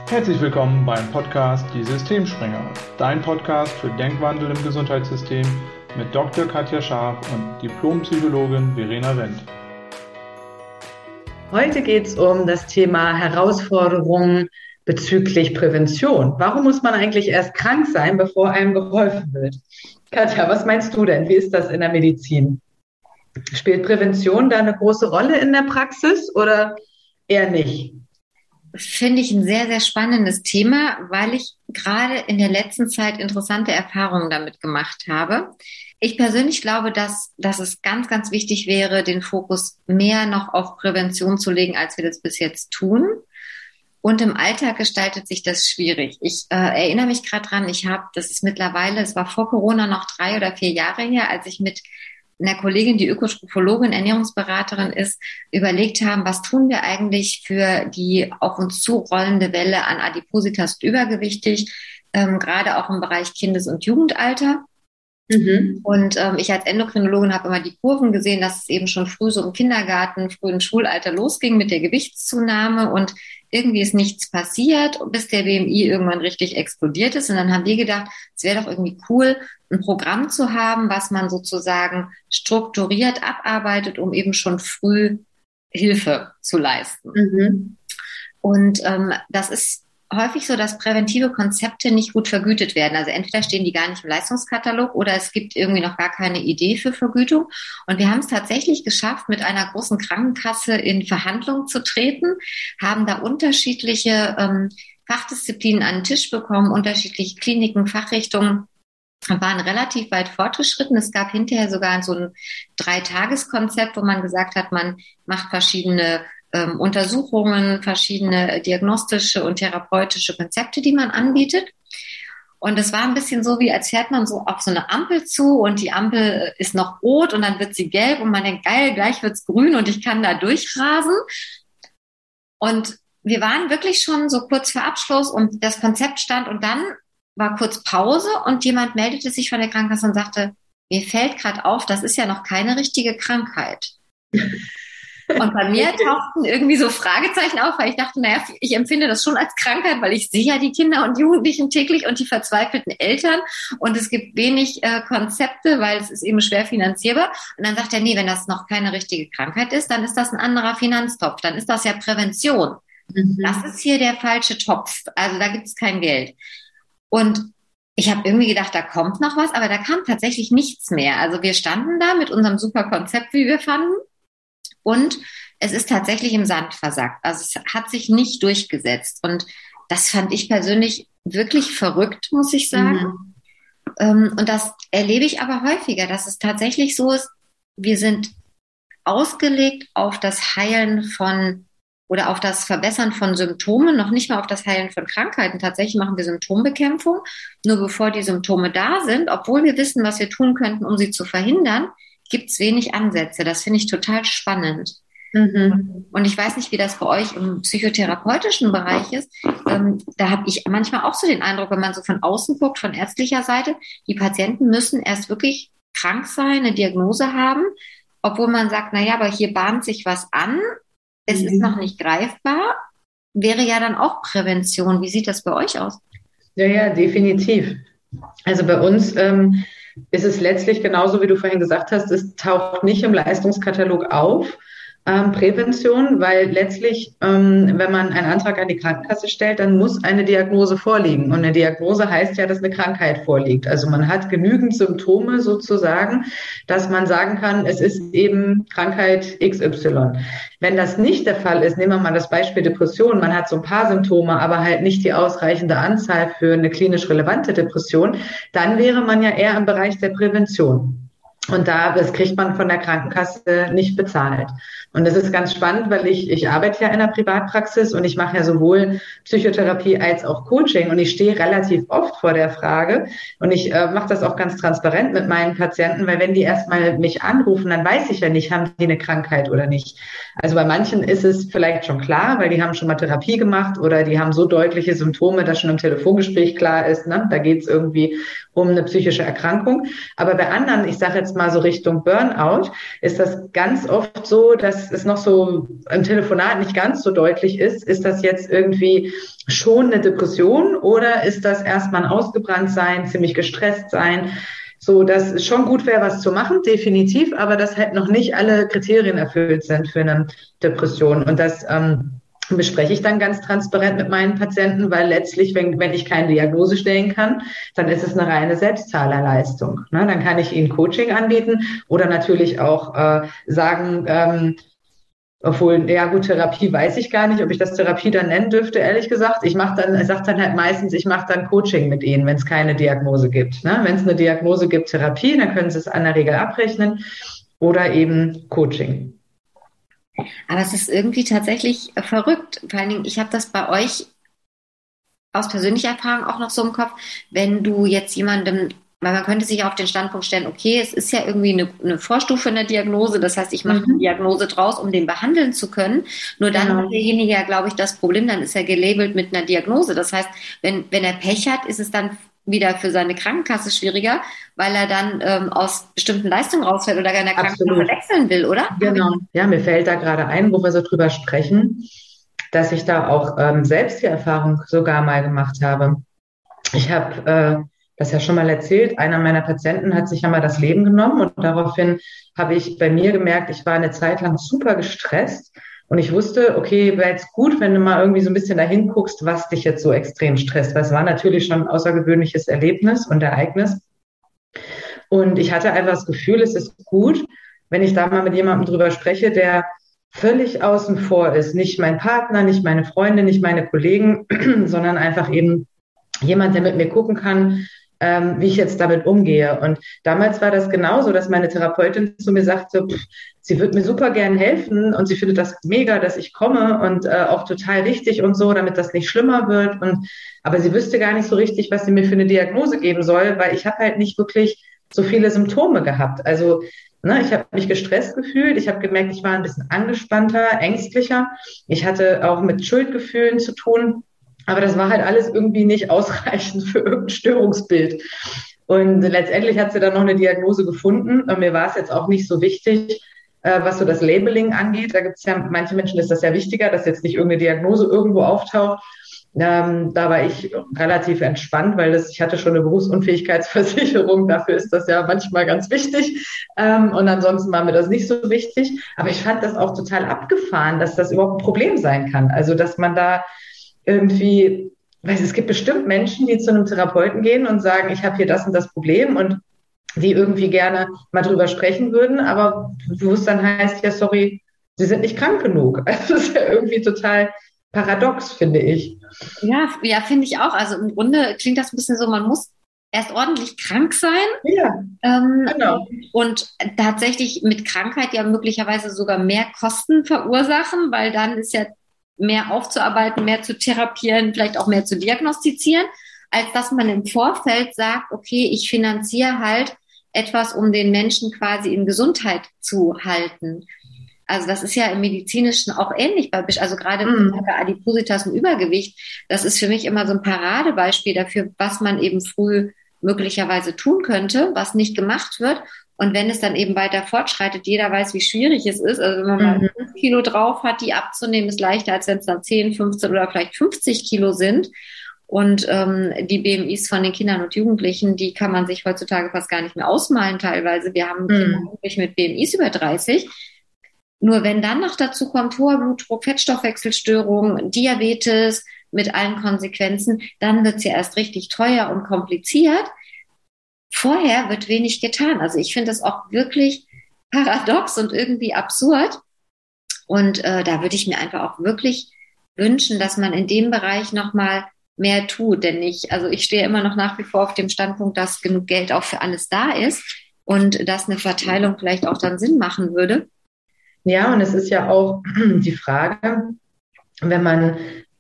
Herzlich willkommen beim Podcast Die Systemspringer, dein Podcast für Denkwandel im Gesundheitssystem mit Dr. Katja Scharf und Diplompsychologin Verena Wendt. Heute geht es um das Thema Herausforderungen bezüglich Prävention. Warum muss man eigentlich erst krank sein, bevor einem geholfen wird? Katja, was meinst du denn? Wie ist das in der Medizin? Spielt Prävention da eine große Rolle in der Praxis oder eher nicht? Finde ich ein sehr, sehr spannendes Thema, weil ich gerade in der letzten Zeit interessante Erfahrungen damit gemacht habe. Ich persönlich glaube, dass es ganz, ganz wichtig wäre, den Fokus mehr noch auf Prävention zu legen, als wir das bis jetzt tun. Und im Alltag gestaltet sich das schwierig. Ich erinnere mich gerade dran, das ist mittlerweile, es war vor Corona noch 3 oder 4 Jahre her, als ich mit einer Kollegin, die Ökotrophologin, Ernährungsberaterin ist, überlegt haben, was tun wir eigentlich für die auf uns zurollende Welle an Adipositas und übergewichtig, gerade auch im Bereich Kindes- und Jugendalter. Mhm. Und ich als Endokrinologin habe immer die Kurven gesehen, dass es eben schon früh so im Kindergarten, frühen Schulalter losging mit der Gewichtszunahme und irgendwie ist nichts passiert, bis der BMI irgendwann richtig explodiert ist. Und dann haben wir gedacht, es wäre doch irgendwie cool, ein Programm zu haben, was man sozusagen strukturiert abarbeitet, um eben schon früh Hilfe zu leisten. Mhm. Und das ist häufig so, dass präventive Konzepte nicht gut vergütet werden. Also entweder stehen die gar nicht im Leistungskatalog oder es gibt irgendwie noch gar keine Idee für Vergütung. Und wir haben es tatsächlich geschafft, mit einer großen Krankenkasse in Verhandlungen zu treten, haben da unterschiedliche Fachdisziplinen an den Tisch bekommen, unterschiedliche Kliniken, Fachrichtungen, waren relativ weit fortgeschritten. Es gab hinterher sogar so ein 3-Tages-Konzept, wo man gesagt hat, man macht verschiedene Untersuchungen, verschiedene diagnostische und therapeutische Konzepte, die man anbietet. Und es war ein bisschen so, wie als fährt man so auf so eine Ampel zu und die Ampel ist noch rot und dann wird sie gelb und man denkt, geil, gleich wird's grün und ich kann da durchrasen. Und wir waren wirklich schon so kurz vor Abschluss und das Konzept stand und dann war kurz Pause und jemand meldete sich von der Krankenkasse und sagte, mir fällt gerade auf, das ist ja noch keine richtige Krankheit. Und bei mir tauchten irgendwie so Fragezeichen auf, weil ich dachte, naja, ich empfinde das schon als Krankheit, weil ich sehe ja die Kinder und Jugendlichen täglich und die verzweifelten Eltern und es gibt wenig Konzepte, weil es ist eben schwer finanzierbar. Und dann sagt er, nee, wenn das noch keine richtige Krankheit ist, dann ist das ein anderer Finanztopf, dann ist das ja Prävention. Mhm. Das ist hier der falsche Topf, also da gibt es kein Geld. Und ich habe irgendwie gedacht, da kommt noch was, aber da kam tatsächlich nichts mehr. Also wir standen da mit unserem super Konzept, wie wir fanden. Und es ist tatsächlich im Sand versackt. Also es hat sich nicht durchgesetzt. Und das fand ich persönlich wirklich verrückt, muss ich sagen. Mhm. Und das erlebe ich aber häufiger, dass es tatsächlich so ist, wir sind ausgelegt auf das Heilen von oder auf das Verbessern von Symptomen, noch nicht mal auf das Heilen von Krankheiten. Tatsächlich machen wir Symptombekämpfung. Nur bevor die Symptome da sind, obwohl wir wissen, was wir tun könnten, um sie zu verhindern, gibt es wenig Ansätze. Das finde ich total spannend. Mhm. Und ich weiß nicht, wie das bei euch im psychotherapeutischen Bereich ist. Da habe ich manchmal auch so den Eindruck, wenn man so von außen guckt, von ärztlicher Seite, die Patienten müssen erst wirklich krank sein, eine Diagnose haben, obwohl man sagt, naja, aber hier bahnt sich was an. Es ist noch nicht greifbar, wäre ja dann auch Prävention. Wie sieht das bei euch aus? Ja, definitiv. Also bei uns ist es letztlich genauso, wie du vorhin gesagt hast, es taucht nicht im Leistungskatalog auf, Prävention, weil letztlich, wenn man einen Antrag an die Krankenkasse stellt, dann muss eine Diagnose vorliegen. Und eine Diagnose heißt ja, dass eine Krankheit vorliegt. Also man hat genügend Symptome sozusagen, dass man sagen kann, es ist eben Krankheit XY. Wenn das nicht der Fall ist, nehmen wir mal das Beispiel Depression, man hat so ein paar Symptome, aber halt nicht die ausreichende Anzahl für eine klinisch relevante Depression, dann wäre man ja eher im Bereich der Prävention. Und das kriegt man von der Krankenkasse nicht bezahlt. Und das ist ganz spannend, weil ich arbeite ja in einer Privatpraxis und ich mache ja sowohl Psychotherapie als auch Coaching und ich stehe relativ oft vor der Frage und ich mache das auch ganz transparent mit meinen Patienten, weil wenn die erstmal mich anrufen, dann weiß ich ja nicht, haben die eine Krankheit oder nicht. Also bei manchen ist es vielleicht schon klar, weil die haben schon mal Therapie gemacht oder die haben so deutliche Symptome, dass schon im Telefongespräch klar ist, ne? Da geht es irgendwie um eine psychische Erkrankung. Aber bei anderen, ich sage jetzt mal so Richtung Burnout, ist das ganz oft so, dass es noch so im Telefonat nicht ganz so deutlich ist. Ist das jetzt irgendwie schon eine Depression oder ist das erstmal ein Ausgebranntsein, ziemlich gestresst sein? So, dass es schon gut wäre, was zu machen, definitiv, aber dass halt noch nicht alle Kriterien erfüllt sind für eine Depression. Und das bespreche ich dann ganz transparent mit meinen Patienten, weil letztlich, wenn ich keine Diagnose stellen kann, dann ist es eine reine Selbstzahlerleistung. Ne? Dann kann ich ihnen Coaching anbieten oder natürlich auch sagen, obwohl, ja gut, Therapie weiß ich gar nicht, ob ich das Therapie dann nennen dürfte, ehrlich gesagt. Ich sage dann halt meistens, ich mache dann Coaching mit ihnen, wenn es keine Diagnose gibt. Ne? Wenn es eine Diagnose gibt, Therapie, dann können sie es an der Regel abrechnen oder eben Coaching. Aber es ist irgendwie tatsächlich verrückt. Vor allen Dingen, ich habe das bei euch aus persönlicher Erfahrung auch noch so im Kopf, wenn du jetzt jemandem, weil man könnte sich auf den Standpunkt stellen, okay, es ist ja irgendwie eine Vorstufe in der Diagnose, das heißt, ich mache eine Diagnose draus, um den behandeln zu können. Nur dann hat derjenige ja, glaube ich, das Problem, dann ist er gelabelt mit einer Diagnose. Das heißt, wenn er Pech hat, ist es dann wieder für seine Krankenkasse schwieriger, weil er dann aus bestimmten Leistungen rausfällt oder gar in der Krankenkasse wechseln will, oder? Genau. Ja, mir fällt da gerade ein, wo wir so drüber sprechen, dass ich da auch selbst die Erfahrung sogar mal gemacht habe. Ich habe das ja schon mal erzählt, einer meiner Patienten hat sich ja mal das Leben genommen und daraufhin habe ich bei mir gemerkt, ich war eine Zeit lang super gestresst und ich wusste, okay, wäre jetzt gut, wenn du mal irgendwie so ein bisschen dahin guckst, was dich jetzt so extrem stresst, weil es war natürlich schon ein außergewöhnliches Erlebnis und Ereignis. Und ich hatte einfach das Gefühl, es ist gut, wenn ich da mal mit jemandem drüber spreche, der völlig außen vor ist. Nicht mein Partner, nicht meine Freunde, nicht meine Kollegen, sondern einfach eben jemand, der mit mir gucken kann, wie ich jetzt damit umgehe. Und damals war das genauso, dass meine Therapeutin zu mir sagte, sie würde mir super gern helfen und sie findet das mega, dass ich komme und auch total richtig und so, damit das nicht schlimmer wird. Aber sie wüsste gar nicht so richtig, was sie mir für eine Diagnose geben soll, weil ich habe halt nicht wirklich so viele Symptome gehabt. Also ich habe mich gestresst gefühlt. Ich habe gemerkt, ich war ein bisschen angespannter, ängstlicher. Ich hatte auch mit Schuldgefühlen zu tun. Aber das war halt alles irgendwie nicht ausreichend für irgendein Störungsbild. Und letztendlich hat sie dann noch eine Diagnose gefunden. Und mir war es jetzt auch nicht so wichtig, was so das Labeling angeht. Da gibt es ja, manche Menschen ist das ja wichtiger, dass jetzt nicht irgendeine Diagnose irgendwo auftaucht. Da war ich relativ entspannt, weil ich hatte schon eine Berufsunfähigkeitsversicherung. Dafür ist das ja manchmal ganz wichtig. Und ansonsten war mir das nicht so wichtig. Aber ich fand das auch total abgefahren, dass das überhaupt ein Problem sein kann. Also, dass man da irgendwie, es gibt bestimmt Menschen, die zu einem Therapeuten gehen und sagen, ich habe hier das und das Problem und die irgendwie gerne mal drüber sprechen würden, aber wo es dann heißt, ja, sorry, sie sind nicht krank genug. Also das ist ja irgendwie total paradox, finde ich. Ja, finde ich auch. Also im Grunde klingt das ein bisschen so, man muss erst ordentlich krank sein. Ja, genau. Und tatsächlich mit Krankheit ja möglicherweise sogar mehr Kosten verursachen, weil dann ist ja mehr aufzuarbeiten, mehr zu therapieren, vielleicht auch mehr zu diagnostizieren, als dass man im Vorfeld sagt, okay, ich finanziere halt etwas, um den Menschen quasi in Gesundheit zu halten. Also das ist ja im Medizinischen auch ähnlich, also gerade bei Adipositas und Übergewicht, das ist für mich immer so ein Paradebeispiel dafür, was man eben früh möglicherweise tun könnte, was nicht gemacht wird. Und wenn es dann eben weiter fortschreitet, jeder weiß, wie schwierig es ist. Also wenn man mal 5 Kilo drauf hat, die abzunehmen, ist leichter, als wenn es dann 10, 15 oder vielleicht 50 Kilo sind. Und die BMIs von den Kindern und Jugendlichen, die kann man sich heutzutage fast gar nicht mehr ausmalen teilweise. Wir haben Kinder und Jugendliche mit BMIs über 30. Nur wenn dann noch dazu kommt hoher Blutdruck, Fettstoffwechselstörungen, Diabetes mit allen Konsequenzen, dann wird es ja erst richtig teuer und kompliziert. Vorher wird wenig getan. Also ich finde das auch wirklich paradox und irgendwie absurd. Und da würde ich mir einfach auch wirklich wünschen, dass man in dem Bereich nochmal mehr tut. Denn ich stehe immer noch nach wie vor auf dem Standpunkt, dass genug Geld auch für alles da ist und dass eine Verteilung vielleicht auch dann Sinn machen würde. Ja, und es ist ja auch die Frage, wenn man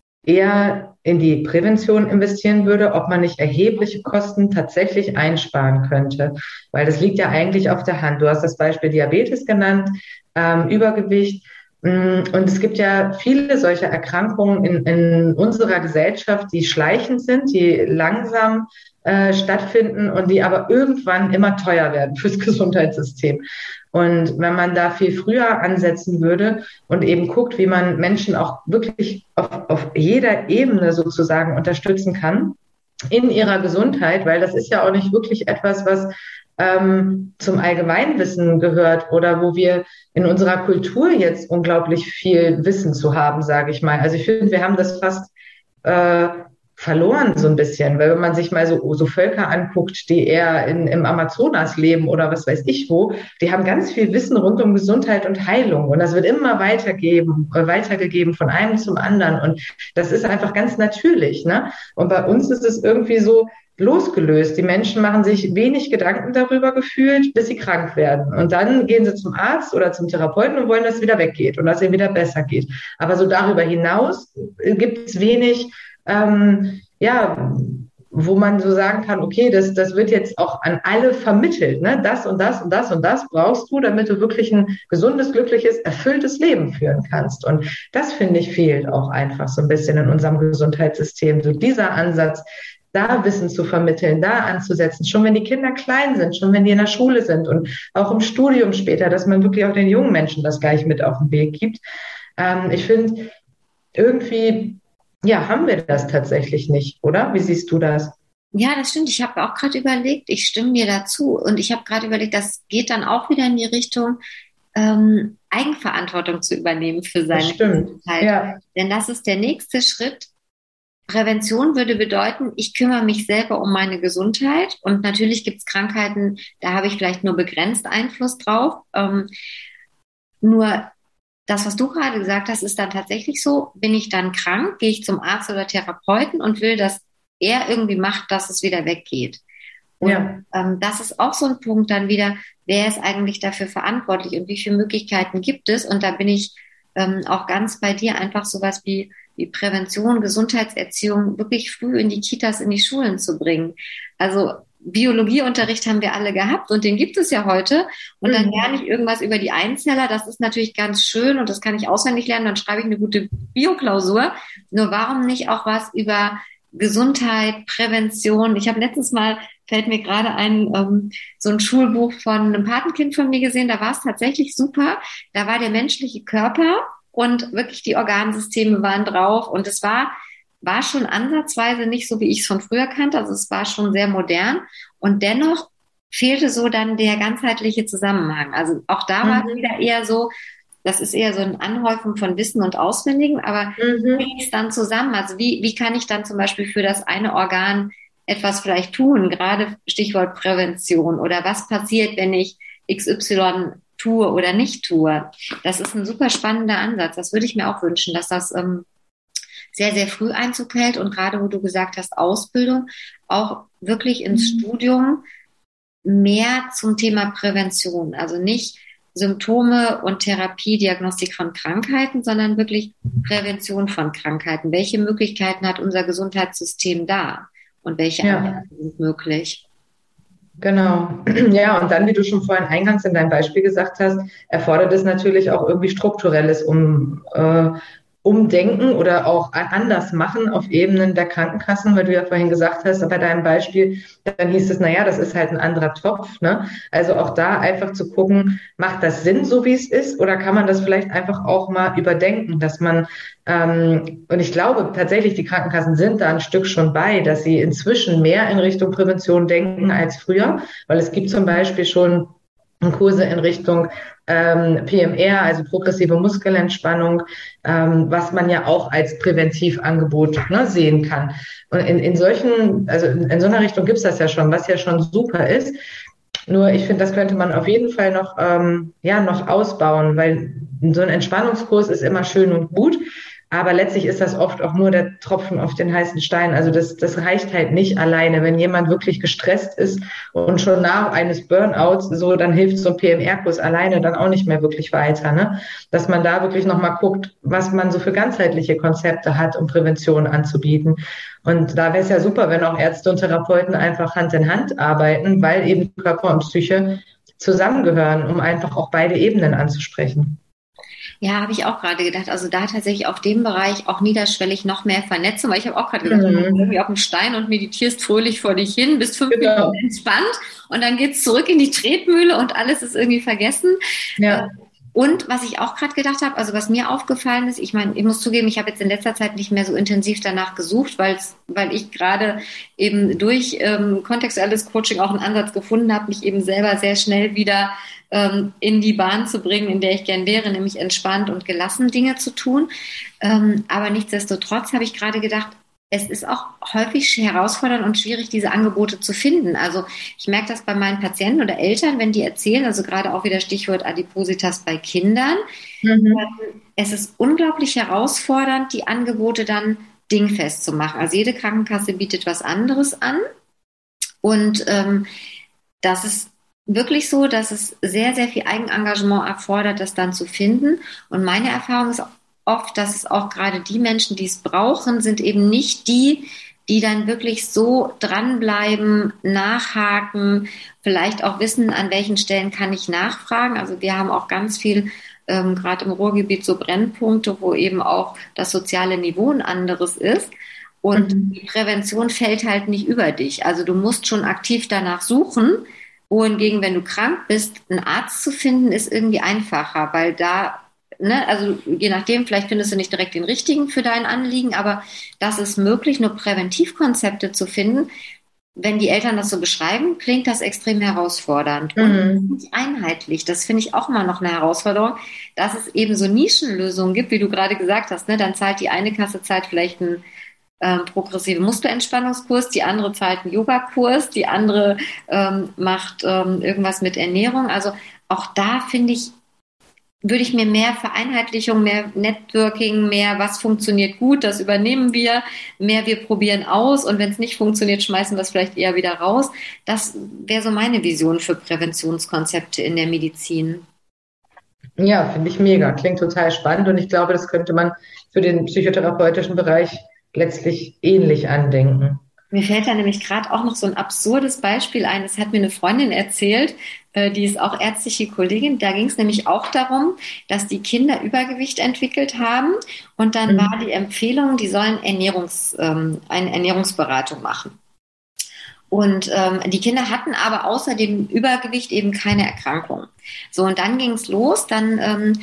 eher in die Prävention investieren würde, ob man nicht erhebliche Kosten tatsächlich einsparen könnte. Weil das liegt ja eigentlich auf der Hand. Du hast das Beispiel Diabetes genannt, Übergewicht. Und es gibt ja viele solche Erkrankungen in unserer Gesellschaft, die schleichend sind, die langsam stattfinden und die aber irgendwann immer teuer werden fürs Gesundheitssystem. Und wenn man da viel früher ansetzen würde und eben guckt, wie man Menschen auch wirklich auf jeder Ebene sozusagen unterstützen kann in ihrer Gesundheit, weil das ist ja auch nicht wirklich etwas, was zum Allgemeinwissen gehört oder wo wir in unserer Kultur jetzt unglaublich viel Wissen zu haben, sage ich mal. Also ich finde, wir haben das fast verloren so ein bisschen, weil wenn man sich mal so Völker anguckt, die eher im Amazonas leben oder was weiß ich wo, die haben ganz viel Wissen rund um Gesundheit und Heilung und das wird immer weitergegeben von einem zum anderen und das ist einfach ganz natürlich, ne? Und bei uns ist es irgendwie so losgelöst. Die Menschen machen sich wenig Gedanken darüber gefühlt, bis sie krank werden. Und dann gehen sie zum Arzt oder zum Therapeuten und wollen, dass es wieder weggeht und dass es ihnen wieder besser geht. Aber so darüber hinaus gibt es wenig wo man so sagen kann, okay, das wird jetzt auch an alle vermittelt, ne? Das und das und das und das brauchst du, damit du wirklich ein gesundes, glückliches, erfülltes Leben führen kannst. Und das, finde ich, fehlt auch einfach so ein bisschen in unserem Gesundheitssystem. So dieser Ansatz, da Wissen zu vermitteln, da anzusetzen, schon wenn die Kinder klein sind, schon wenn die in der Schule sind und auch im Studium später, dass man wirklich auch den jungen Menschen das gleich mit auf den Weg gibt. Ich finde, irgendwie haben wir das tatsächlich nicht, oder? Wie siehst du das? Ja, das stimmt. Ich habe auch gerade überlegt, ich stimme dir dazu. Und ich habe gerade überlegt, das geht dann auch wieder in die Richtung, Eigenverantwortung zu übernehmen für seine Gesundheit. Ja. Denn das ist der nächste Schritt. Prävention würde bedeuten, ich kümmere mich selber um meine Gesundheit. Und natürlich gibt es Krankheiten, da habe ich vielleicht nur begrenzt Einfluss drauf. Nur das, was du gerade gesagt hast, ist dann tatsächlich so, bin ich dann krank, gehe ich zum Arzt oder Therapeuten und will, dass er irgendwie macht, dass es wieder weggeht. Und das ist auch so ein Punkt dann wieder, wer ist eigentlich dafür verantwortlich und wie viele Möglichkeiten gibt es? Und da bin ich auch ganz bei dir, einfach sowas wie Prävention, Gesundheitserziehung wirklich früh in die Kitas, in die Schulen zu bringen. Also Biologieunterricht haben wir alle gehabt und den gibt es ja heute. Und dann lerne ich irgendwas über die Einzeller. Das ist natürlich ganz schön und das kann ich auswendig lernen. Dann schreibe ich eine gute Bioklausur. Nur warum nicht auch was über Gesundheit, Prävention? Ich habe letztens mal, fällt mir gerade ein, so ein Schulbuch von einem Patenkind von mir gesehen. Da war es tatsächlich super. Da war der menschliche Körper und wirklich die Organsysteme waren drauf. Und es war schon ansatzweise nicht so, wie ich es von früher kannte. Also es war schon sehr modern. Und dennoch fehlte so dann der ganzheitliche Zusammenhang. Also auch da war es wieder eher so, das ist eher so ein Anhäufen von Wissen und Auswendigen. Aber wie bringe ich es dann zusammen? Also wie kann ich dann zum Beispiel für das eine Organ etwas vielleicht tun? Gerade Stichwort Prävention. Oder was passiert, wenn ich XY tue oder nicht tue? Das ist ein super spannender Ansatz. Das würde ich mir auch wünschen, dass das sehr, sehr früh Einzug hält und gerade, wo du gesagt hast, Ausbildung, auch wirklich ins Studium mehr zum Thema Prävention. Also nicht Symptome und Therapie, Diagnostik von Krankheiten, sondern wirklich Prävention von Krankheiten. Welche Möglichkeiten hat unser Gesundheitssystem da und welche Anwendungen sind möglich? Genau. Ja, und dann, wie du schon vorhin eingangs in deinem Beispiel gesagt hast, erfordert es natürlich auch irgendwie strukturelles Umdenken oder auch anders machen auf Ebenen der Krankenkassen, weil du ja vorhin gesagt hast, bei deinem Beispiel, dann hieß es, das ist halt ein anderer Topf, ne? Also auch da einfach zu gucken, macht das Sinn, so wie es ist, oder kann man das vielleicht einfach auch mal überdenken, dass man, und ich glaube tatsächlich, die Krankenkassen sind da ein Stück schon bei, dass sie inzwischen mehr in Richtung Prävention denken als früher, weil es gibt zum Beispiel schon Kurse in Richtung PMR, also progressive Muskelentspannung, was man ja auch als Präventivangebot sehen kann. Und in so einer Richtung gibt's das ja schon, was ja schon super ist. Nur ich finde, das könnte man auf jeden Fall noch ausbauen, weil so ein Entspannungskurs ist immer schön und gut. Aber letztlich ist das oft auch nur der Tropfen auf den heißen Stein. Also das reicht halt nicht alleine. Wenn jemand wirklich gestresst ist und schon nach eines Burnouts, dann hilft so ein PMR-Kurs alleine dann auch nicht mehr wirklich weiter, ne? Dass man da wirklich nochmal guckt, was man so für ganzheitliche Konzepte hat, um Prävention anzubieten. Und da wäre es ja super, wenn auch Ärzte und Therapeuten einfach Hand in Hand arbeiten, weil eben Körper und Psyche zusammengehören, um einfach auch beide Ebenen anzusprechen. Ja, habe ich auch gerade gedacht. Also da tatsächlich auf dem Bereich auch niederschwellig noch mehr vernetzen, weil ich habe auch gerade gesagt, du bist irgendwie auf dem Stein und meditierst fröhlich vor dich hin, bist 5 Minuten Genau. entspannt und dann geht's zurück in die Tretmühle und alles ist irgendwie vergessen. Ja. Und was ich auch gerade gedacht habe, also was mir aufgefallen ist, ich meine, ich muss zugeben, ich habe jetzt in letzter Zeit nicht mehr so intensiv danach gesucht, weil ich gerade eben durch kontextuelles Coaching auch einen Ansatz gefunden habe, mich eben selber sehr schnell wieder in die Bahn zu bringen, in der ich gern wäre, nämlich entspannt und gelassen Dinge zu tun. Aber nichtsdestotrotz habe ich gerade gedacht, es ist auch häufig herausfordernd und schwierig, diese Angebote zu finden. Also ich merke das bei meinen Patienten oder Eltern, wenn die erzählen, also gerade auch wieder Stichwort Adipositas bei Kindern. Mhm. Es ist unglaublich herausfordernd, die Angebote dann dingfest zu machen. Also jede Krankenkasse bietet was anderes an. Und das ist wirklich so, dass es sehr, sehr viel Eigenengagement erfordert, das dann zu finden. Und meine Erfahrung ist oft, dass es auch gerade die Menschen, die es brauchen, sind eben nicht die, die dann wirklich so dranbleiben, nachhaken, vielleicht auch wissen, an welchen Stellen kann ich nachfragen. Also wir haben auch ganz viel, gerade im Ruhrgebiet, so Brennpunkte, wo eben auch das soziale Niveau ein anderes ist. Und die Prävention fällt halt nicht über dich. Also du musst schon aktiv danach suchen. Wohingegen, wenn du krank bist, einen Arzt zu finden, ist irgendwie einfacher, weil da, ne, also je nachdem, vielleicht findest du nicht direkt den richtigen für dein Anliegen, aber das ist möglich, nur Präventivkonzepte zu finden. Wenn die Eltern das so beschreiben, klingt das extrem herausfordernd und nicht einheitlich. Das finde ich auch immer noch eine Herausforderung, dass es eben so Nischenlösungen gibt, wie du gerade gesagt hast. Ne? Dann zahlt die eine Kasse zahlt vielleicht einen progressive Muskelentspannungskurs, die andere zahlt einen Yogakurs, die andere macht irgendwas mit Ernährung. Also auch da finde ich, würde ich mir mehr Vereinheitlichung, mehr Networking, mehr was funktioniert gut, das übernehmen mehr wir probieren aus und wenn es nicht funktioniert, schmeißen wir es vielleicht eher wieder raus. Das wäre so meine Vision für Präventionskonzepte in der Medizin. Ja, finde ich mega. Klingt total spannend und ich glaube, das könnte man für den psychotherapeutischen Bereich letztlich ähnlich andenken. Mir fällt da nämlich gerade auch noch so ein absurdes Beispiel ein. Das hat mir eine Freundin erzählt, die ist auch ärztliche Kollegin. Da ging es nämlich auch darum, dass die Kinder Übergewicht entwickelt haben. Und dann war die Empfehlung, die sollen eine Ernährungsberatung machen. Und die Kinder hatten aber außer dem Übergewicht eben keine Erkrankung. So, und dann ging es los. Dann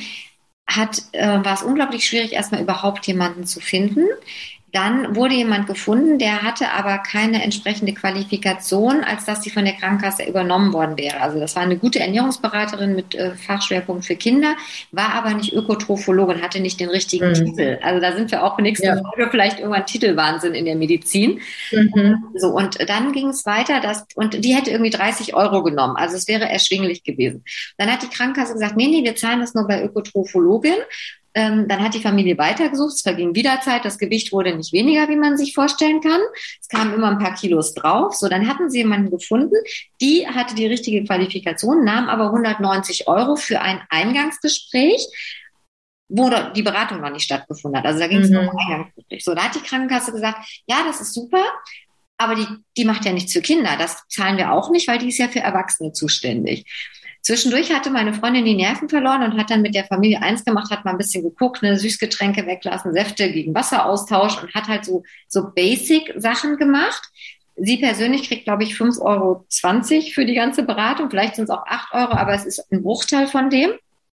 war es unglaublich schwierig, erstmal überhaupt jemanden zu finden. Dann wurde jemand gefunden, der hatte aber keine entsprechende Qualifikation, als dass die von der Krankenkasse übernommen worden wäre. Also das war eine gute Ernährungsberaterin mit Fachschwerpunkt für Kinder, war aber nicht Ökotrophologin, hatte nicht den richtigen Titel. Also da sind wir auch nächste Folge vielleicht irgendwann Titelwahnsinn in der Medizin. So, und dann ging es weiter, und die hätte irgendwie 30 € genommen. Also es wäre erschwinglich gewesen. Dann hat die Krankenkasse gesagt, nee, wir zahlen das nur bei Ökotrophologin. Dann hat die Familie weitergesucht, es verging wieder Zeit, das Gewicht wurde nicht weniger, wie man sich vorstellen kann. Es kamen immer ein paar Kilos drauf. So, dann hatten sie jemanden gefunden, die hatte die richtige Qualifikation, nahm aber 190 € für ein Eingangsgespräch, wo die Beratung noch nicht stattgefunden hat. Also da ging es nur um Eingangsgespräch. So, da hat die Krankenkasse gesagt, ja, das ist super, aber die macht ja nichts für Kinder. Das zahlen wir auch nicht, weil die ist ja für Erwachsene zuständig. Zwischendurch hatte meine Freundin die Nerven verloren und hat dann mit der Familie eins gemacht, hat mal ein bisschen geguckt, ne, Süßgetränke weglassen, Säfte gegen Wasseraustausch und hat halt so Basic-Sachen gemacht. Sie persönlich kriegt, glaube ich, 5,20 € für die ganze Beratung. Vielleicht sind es auch 8 €, aber es ist ein Bruchteil von dem.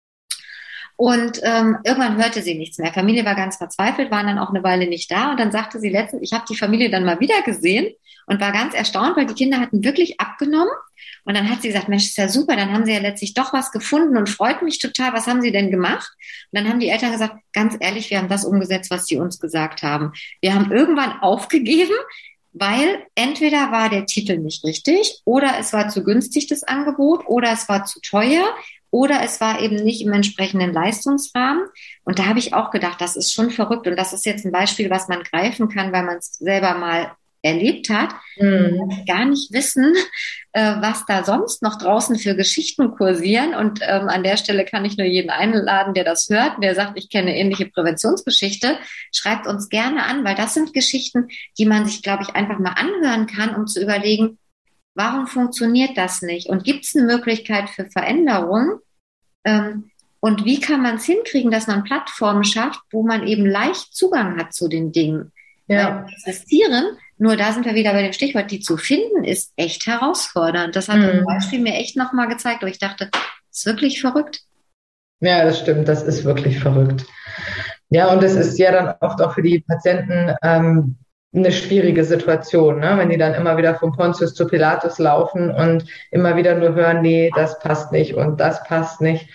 Und irgendwann hörte sie nichts mehr. Familie war ganz verzweifelt, waren dann auch eine Weile nicht da. Und dann sagte sie letztens, ich habe die Familie dann mal wieder gesehen und war ganz erstaunt, weil die Kinder hatten wirklich abgenommen. Und dann hat sie gesagt, Mensch, ist ja super, dann haben sie ja letztlich doch was gefunden und freut mich total. Was haben sie denn gemacht? Und dann haben die Eltern gesagt, ganz ehrlich, wir haben das umgesetzt, was sie uns gesagt haben. Wir haben irgendwann aufgegeben, weil entweder war der Titel nicht richtig oder es war zu günstig, das Angebot, oder es war zu teuer oder es war eben nicht im entsprechenden Leistungsrahmen. Und da habe ich auch gedacht, das ist schon verrückt. Und das ist jetzt ein Beispiel, was man greifen kann, weil man es selber mal erlebt hat, gar nicht wissen, was da sonst noch draußen für Geschichten kursieren. Und an der Stelle kann ich nur jeden einladen, der das hört, der sagt, ich kenne eine ähnliche Präventionsgeschichte, schreibt uns gerne an, weil das sind Geschichten, die man sich, glaube ich, einfach mal anhören kann, um zu überlegen, warum funktioniert das nicht? Und gibt es eine Möglichkeit für Veränderung? Und wie kann man es hinkriegen, dass man Plattformen schafft, wo man eben leicht Zugang hat zu den Dingen? Ja. Weil die existieren, nur da sind wir wieder bei dem Stichwort, die zu finden, ist echt herausfordernd. Das hat zum Beispiel mir echt nochmal gezeigt, aber ich dachte, das ist wirklich verrückt. Ja, das stimmt, das ist wirklich verrückt. Ja, und es ist ja dann oft auch für die Patienten eine schwierige Situation, ne? Wenn die dann immer wieder vom Pontius zu Pilatus laufen und immer wieder nur hören, nee, das passt nicht und das passt nicht.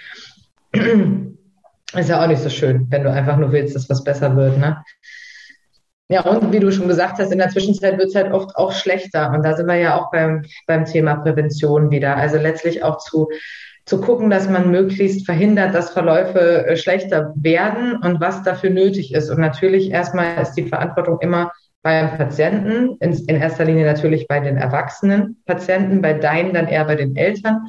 Ist ja auch nicht so schön, wenn du einfach nur willst, dass was besser wird, ne? Ja, und wie du schon gesagt hast, in der Zwischenzeit wird es halt oft auch schlechter. Und da sind wir ja auch beim Thema Prävention wieder. Also letztlich auch zu gucken, dass man möglichst verhindert, dass Verläufe schlechter werden und was dafür nötig ist. Und natürlich erstmal ist die Verantwortung immer beim Patienten, in erster Linie natürlich bei den erwachsenen Patienten, bei deinen dann eher bei den Eltern.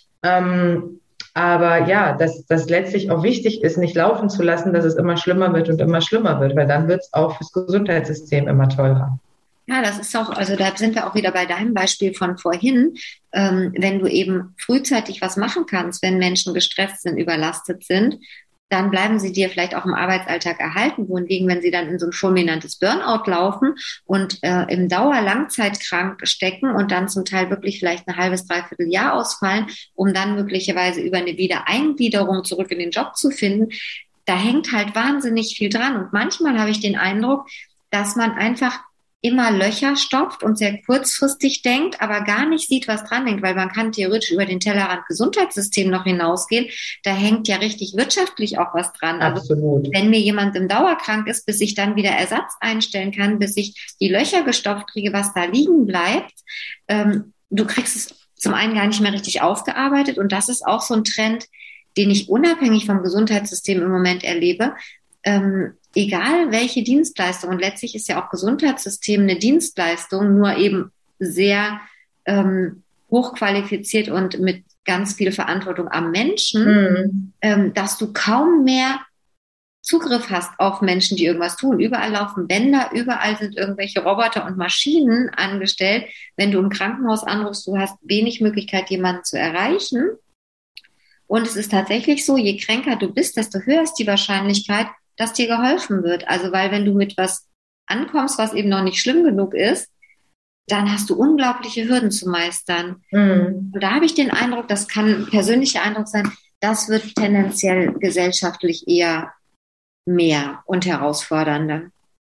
Aber ja, dass das letztlich auch wichtig ist, nicht laufen zu lassen, dass es immer schlimmer wird und immer schlimmer wird, weil dann wird es auch fürs Gesundheitssystem immer teurer. Ja, das ist auch, also da sind wir auch wieder bei deinem Beispiel von vorhin. Wenn du eben frühzeitig was machen kannst, wenn Menschen gestresst sind, überlastet sind, dann bleiben sie dir vielleicht auch im Arbeitsalltag erhalten. Wohingegen, wenn sie dann in so ein fulminantes Burnout laufen und im Dauer-Langzeitkrank stecken und dann zum Teil wirklich vielleicht ein halbes, dreiviertel Jahr ausfallen, um dann möglicherweise über eine Wiedereingliederung zurück in den Job zu finden, da hängt halt wahnsinnig viel dran. Und manchmal habe ich den Eindruck, dass man einfach immer Löcher stopft und sehr kurzfristig denkt, aber gar nicht sieht, was dran hängt, weil man kann theoretisch über den Tellerrand Gesundheitssystem noch hinausgehen. Da hängt ja richtig wirtschaftlich auch was dran. Absolut. Also, wenn mir jemand im Dauerkrank ist, bis ich dann wieder Ersatz einstellen kann, bis ich die Löcher gestopft kriege, was da liegen bleibt, du kriegst es zum einen gar nicht mehr richtig aufgearbeitet und das ist auch so ein Trend, den ich unabhängig vom Gesundheitssystem im Moment erlebe. Egal welche Dienstleistung, und letztlich ist ja auch Gesundheitssystem eine Dienstleistung, nur eben sehr hochqualifiziert und mit ganz viel Verantwortung am Menschen, dass du kaum mehr Zugriff hast auf Menschen, die irgendwas tun. Überall laufen Bänder, überall sind irgendwelche Roboter und Maschinen angestellt. Wenn du im Krankenhaus anrufst, du hast wenig Möglichkeit, jemanden zu erreichen. Und es ist tatsächlich so, je kränker du bist, desto höher ist die Wahrscheinlichkeit, dass dir geholfen wird. Also weil wenn du mit was ankommst, was eben noch nicht schlimm genug ist, dann hast du unglaubliche Hürden zu meistern. Und da habe ich den Eindruck, das kann ein persönlicher Eindruck sein, das wird tendenziell gesellschaftlich eher mehr und herausfordernder.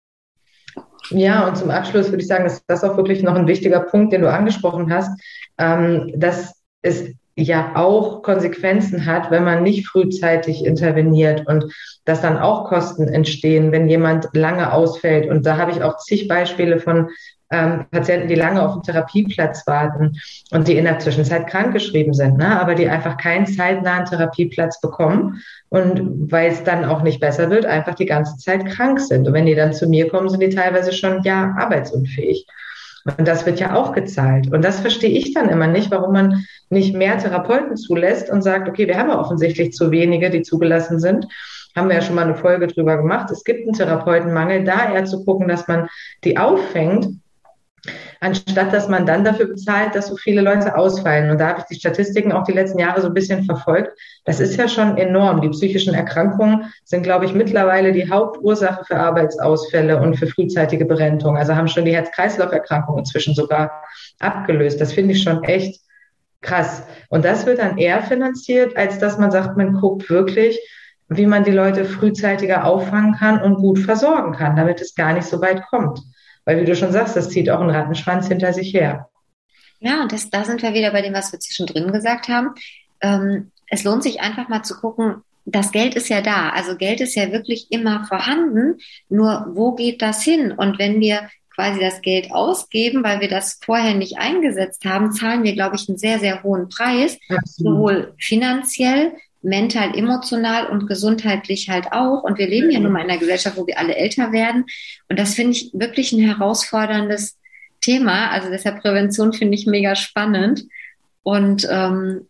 Ja, und zum Abschluss würde ich sagen, dass das auch wirklich noch ein wichtiger Punkt, den du angesprochen hast, dass es ja auch Konsequenzen hat, wenn man nicht frühzeitig interveniert und dass dann auch Kosten entstehen, wenn jemand lange ausfällt. Und da habe ich auch zig Beispiele von Patienten, die lange auf einen Therapieplatz warten und die in der Zwischenzeit krankgeschrieben sind, ne? Aber die einfach keinen zeitnahen Therapieplatz bekommen und weil es dann auch nicht besser wird, einfach die ganze Zeit krank sind. Und wenn die dann zu mir kommen, sind die teilweise schon ja arbeitsunfähig. Und das wird ja auch gezahlt. Und das verstehe ich dann immer nicht, warum man nicht mehr Therapeuten zulässt und sagt, okay, wir haben ja offensichtlich zu wenige, die zugelassen sind. Haben wir ja schon mal eine Folge drüber gemacht. Es gibt einen Therapeutenmangel, da eher zu gucken, dass man die auffängt, anstatt dass man dann dafür bezahlt, dass so viele Leute ausfallen. Und da habe ich die Statistiken auch die letzten Jahre so ein bisschen verfolgt. Das ist ja schon enorm. Die psychischen Erkrankungen sind, glaube ich, mittlerweile die Hauptursache für Arbeitsausfälle und für frühzeitige Berentung. Also haben schon die Herz-Kreislauf-Erkrankungen inzwischen sogar abgelöst. Das finde ich schon echt krass. Und das wird dann eher finanziert, als dass man sagt, man guckt wirklich, wie man die Leute frühzeitiger auffangen kann und gut versorgen kann, damit es gar nicht so weit kommt. Weil, wie du schon sagst, das zieht auch einen Rattenschwanz hinter sich her. Ja, und da sind wir wieder bei dem, was wir zwischendrin gesagt haben. Es lohnt sich einfach mal zu gucken, das Geld ist ja da. Also Geld ist ja wirklich immer vorhanden. Nur wo geht das hin? Und wenn wir quasi das Geld ausgeben, weil wir das vorher nicht eingesetzt haben, zahlen wir, glaube ich, einen sehr, sehr hohen Preis. Absolut. Sowohl finanziell, mental, emotional und gesundheitlich halt auch. Und wir leben ja nun mal in einer Gesellschaft, wo wir alle älter werden. Und das finde ich wirklich ein herausforderndes Thema. Also deshalb Prävention finde ich mega spannend. Und da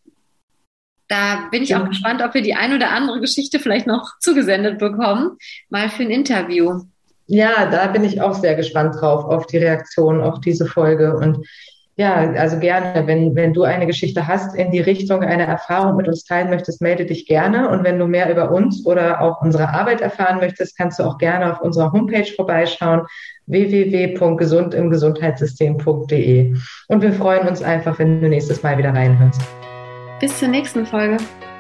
bin ich auch gespannt, ob wir die ein oder andere Geschichte vielleicht noch zugesendet bekommen, mal für ein Interview. Ja, da bin ich auch sehr gespannt drauf, auf die Reaktion auf diese Folge. Und Ja, also gerne. Wenn du eine Geschichte hast in die Richtung, eine Erfahrung mit uns teilen möchtest, melde dich gerne. Und wenn du mehr über uns oder auch unsere Arbeit erfahren möchtest, kannst du auch gerne auf unserer Homepage vorbeischauen, www.gesundimgesundheitssystem.de. Und wir freuen uns einfach, wenn du nächstes Mal wieder reinhörst. Bis zur nächsten Folge.